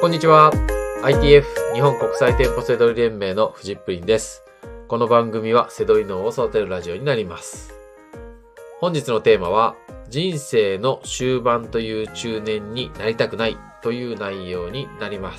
こんにちは。ITF 日本国際店舗セドリ連盟のフジップリンです。この番組はセドリ脳を育てるラジオになります。本日のテーマは人生の終盤という中年になりたくないという内容になります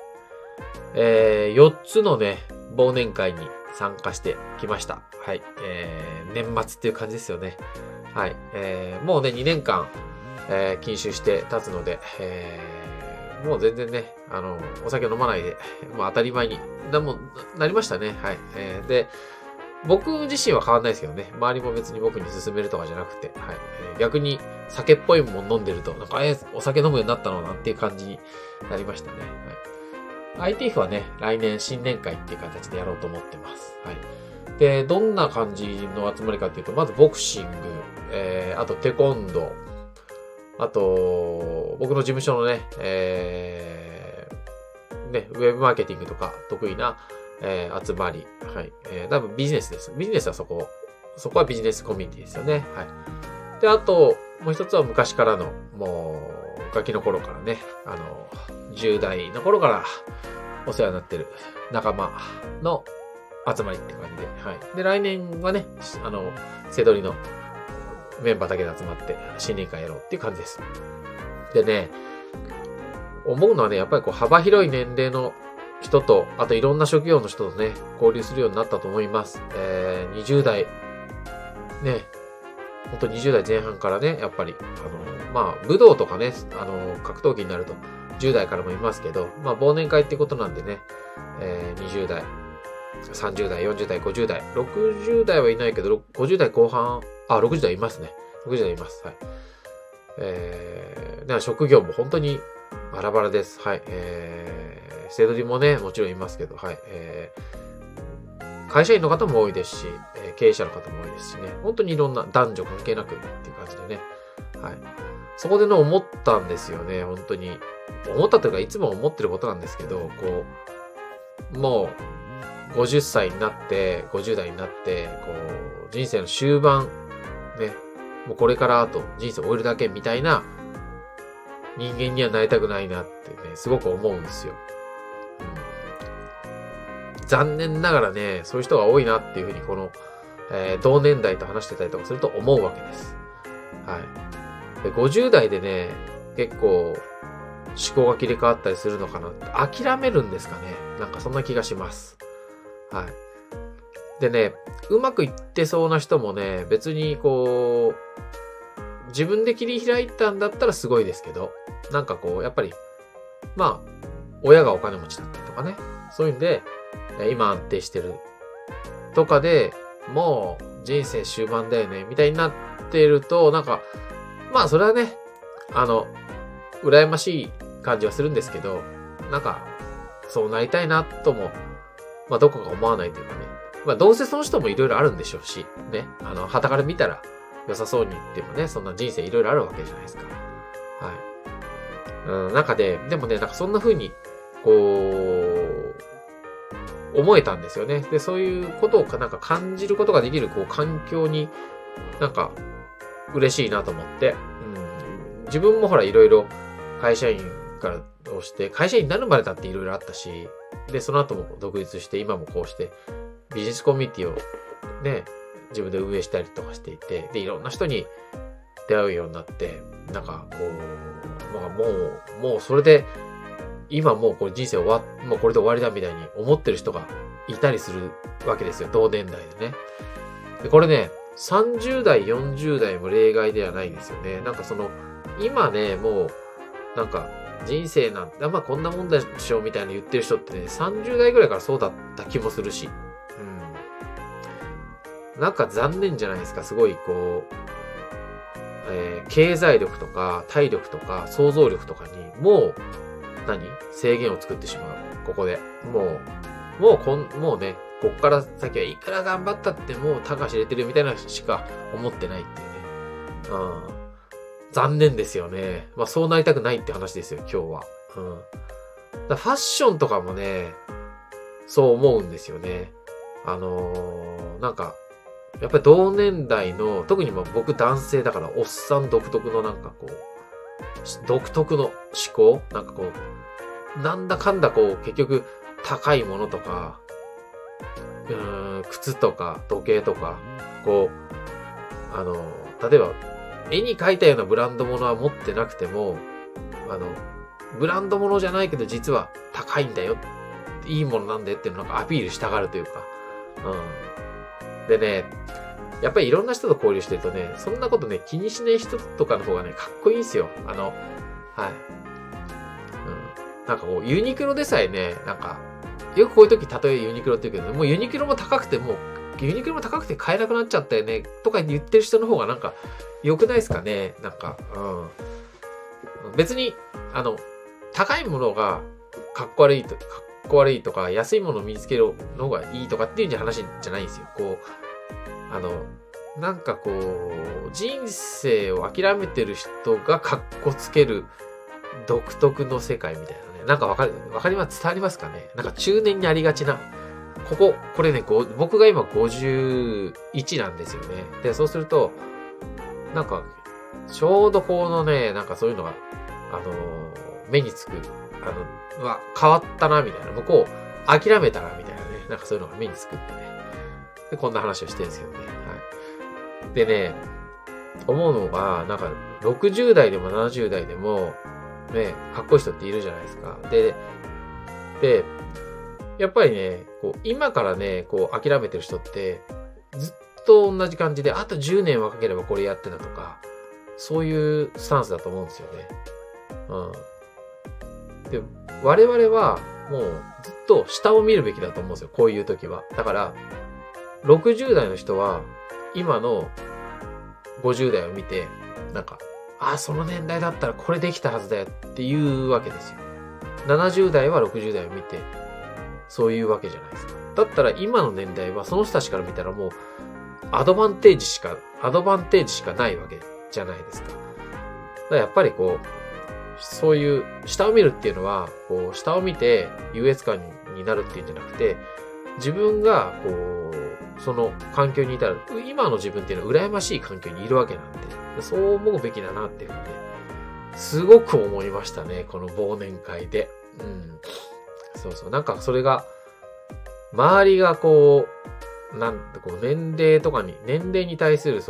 。4つのね、忘年会に参加してきました。はい。年末っていう感じですよね。はい。もうね、2年間、禁酒して経つので、もう全然ね、お酒飲まないで、もう当たり前になりましたね。はい。で、僕自身は変わんないですけどね。周りも別に僕に勧めるとかじゃなくて、はい。逆に酒っぽいもん飲んでると、なんか、お酒飲むようになったのなんていう感じになりましたね。はい。ITF はね、来年新年会っていう形でやろうと思ってます。はい。で、どんな感じの集まりかっていうと、まずボクシング、あとテコンドー、あと、僕の事務所のね、ウェブマーケティングとか得意な、集まり。はい。多分ビジネスです。ビジネスはそこはビジネスコミュニティですよね。はい。で、あと、もう一つは昔からの、もう、ガキの頃からね、10代の頃からお世話になってる仲間の集まりって感じで、はい。で、来年はね、セドリのメンバーだけで集まって新年会やろうっていう感じです。でね、思うのはね、やっぱりこう幅広い年齢の人と、あといろんな職業の人とね、交流するようになったと思います。20代、ね、ほんと20代前半からね、やっぱり、武道とかね、格闘技になると10代からもいますけど、忘年会ってことなんでね、20代、30代、40代、50代、60代はいないけど、50代後半、60代いますね。60代います。はい。職業も本当にバラバラです。はい。セドリもね、もちろんいますけど、はい。会社員の方も多いですし、経営者の方も多いですしね。本当にいろんな男女関係なくっていう感じでね。はい。そこでね、思ったんですよね。本当に。思ったというか、いつも思ってることなんですけど、もう、50歳になって、50代になって、人生の終盤、ね、もうこれからあと人生を終えるだけみたいな人間にはなりたくないなってね、すごく思うんですよ。残念ながらね、そういう人が多いなっていうふうに同年代と話してたりとかすると思うわけです。はい。で、50代でね、結構思考が切り替わったりするのかなって、諦めるんですかね。なんかそんな気がします。はい。でね、うまくいってそうな人もね、別に自分で切り開いたんだったらすごいですけど、なんかやっぱり、親がお金持ちだったりとかね、そういうんで、今安定してるとかで、もう人生終盤だよね、みたいになっていると、なんか、それはね、羨ましい感じはするんですけど、なんか、そうなりたいなとも、どこか思わないというかね。どうせその人もいろいろあるんでしょうし、ね。傍から見たら良さそうに言ってもね、そんな人生いろいろあるわけじゃないですか。はい。中で、でもね、なんかそんな風に、思えたんですよね。で、そういうことをなんか感じることができる、環境になんか嬉しいなと思って、自分もほらいろいろ会社員からをして、会社員になるまでだっていろいろあったし、で、その後も独立して、今もこうして、ビジネスコミュニティをね、自分で運営したりとかしていて、で、いろんな人に出会うようになって、なんかもうそれで、今もうこれ人生もうこれで終わりだみたいに思ってる人がいたりするわけですよ、同年代でね。で、これね、30代、40代も例外ではないんですよね。なんか今ね、もう、なんか、人生なんて、こんなもんでしょみたいな言ってる人ってね、30代ぐらいからそうだった気もするし。なんか残念じゃないですか。すごい経済力とか体力とか想像力とかにもう制限を作ってしまう。ここで。もうね、こっから先はいくら頑張ったってもう高知入れてるみたいなしか思ってないっていうね。残念ですよね。そうなりたくないって話ですよ、今日は。ファッションとかもね、そう思うんですよね。なんか、やっぱり同年代の、特に僕男性だからおっさん独特の独特の思考なんかなんだかんだ結局高いものとか、靴とか時計とか、例えば絵に描いたようなブランド物は持ってなくても、ブランド物じゃないけど実は高いんだよ。いいものなんだよっていうのをなんかアピールしたがるというか。でね、やっぱりいろんな人と交流してるとね、そんなことね、気にしない人とかの方がね、かっこいいんですよ。はい。なんかユニクロでさえね、なんか、よくこういう時例えユニクロって言うけど、もうユニクロも高くて買えなくなっちゃったよね、とか言ってる人の方がなんか、良くないですかね。なんか、別に、高いものがかっこ悪いとか、安いものを身につけるの方がいいとかっていう話じゃないんですよ。なんか人生を諦めてる人がかっこつける独特の世界みたいなね。なんか伝わりますかね。なんか中年にありがちな。これね、僕が今51なんですよね。で、そうすると、なんか、ちょうどなんかそういうのが、目につく。変わったな、みたいな。向こう、諦めたな、みたいなね。なんかそういうのが目につくってね。で、こんな話をしてるんですけどね。はい。でね、思うのが、なんか、60代でも70代でも、ね、かっこいい人っているじゃないですか。で、やっぱりね、今からね、諦めてる人って、ずっと同じ感じで、あと10年若ければこれやってたとか、そういうスタンスだと思うんですよね。で、我々は、もう、ずっと下を見るべきだと思うんですよ。こういう時は。だから、60代の人は、今の50代を見て、なんか、その年代だったらこれできたはずだよっていうわけですよ。70代は60代を見て、そういうわけじゃないですか。だったら今の年代はその人たちから見たらもう、アドバンテージしかないわけじゃないですか。だからやっぱりそういう、下を見るっていうのは、下を見て優越感になるっていうんじゃなくて、自分が、その環境にいたら、今の自分っていうのは羨ましい環境にいるわけなんで、そう思うべきだなっていうふうにね、すごく思いましたね、この忘年会で。そう。なんかそれが、周りが年齢に対する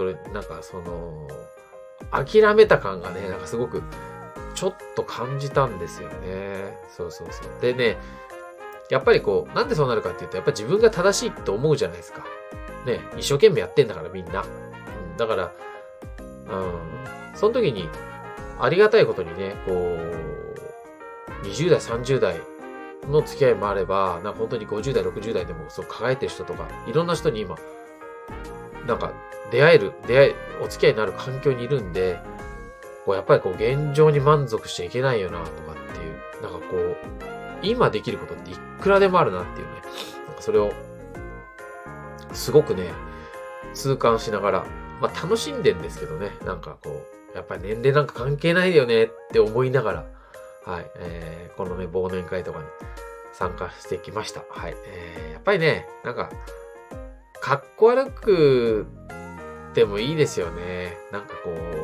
諦めた感がね、なんかすごく、ちょっと感じたんですよね。そう。でね、やっぱりなんでそうなるかっていうと、やっぱり自分が正しいって思うじゃないですか。ね、一生懸命やってんだからみんな。だから、その時に、ありがたいことにね、20代、30代の付き合いもあれば、なんか本当に50代、60代でも輝いてる人とか、いろんな人に今、なんかお付き合いになる環境にいるんで、やっぱり現状に満足しちゃいけないよな、とかっていう、なんか今できることっていくらでもあるなっていうね、なんかそれを、すごくね、痛感しながら、楽しんでんですけどね、なんかやっぱり年齢なんか関係ないよねって思いながら、はい、このね、忘年会とかに参加してきました。はい、やっぱりね、なんか、かっこ悪くてもいいですよね。なんか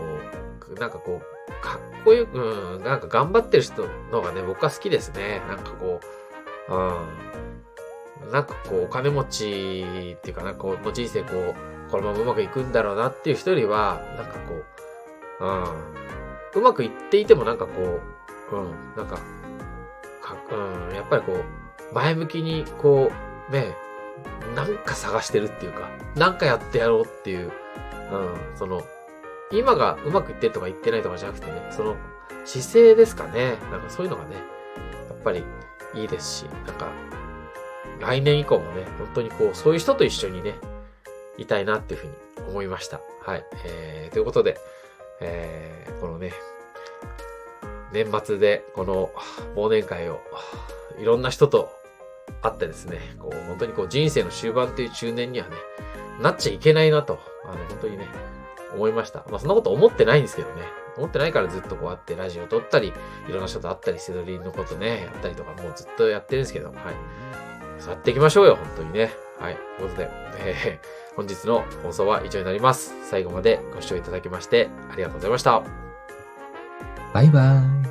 かっこよく、なんか頑張ってる人の方がね、僕は好きですね。なんかなんかお金持ちっていうかな、もう人生このままうまくいくんだろうなっていう人よりは、なんかうまくいっていてもなんかなんか、やっぱり前向きにね、なんか探してるっていうか、なんかやってやろうっていう、今がうまくいってるとかいってないとかじゃなくてね、その姿勢ですかね。なんかそういうのがね、やっぱりいいですし、なんか、来年以降もね、本当にそういう人と一緒にね、いたいなっていうふうに思いました。はい。ということで、このね、年末でこの忘年会をいろんな人と会ってですね、本当に人生の終盤っていう中年にはね、なっちゃいけないなと、本当にね、思いました。そんなこと思ってないんですけどね。思ってないからずっと会ってラジオ撮ったり、いろんな人と会ったり、セドリンのことね、やったりとかもうずっとやってるんですけど、はい。そうやっていきましょうよ、本当にね。はい。ということで、本日の放送は以上になります。最後までご視聴いただきましてありがとうございました。 バイバイ。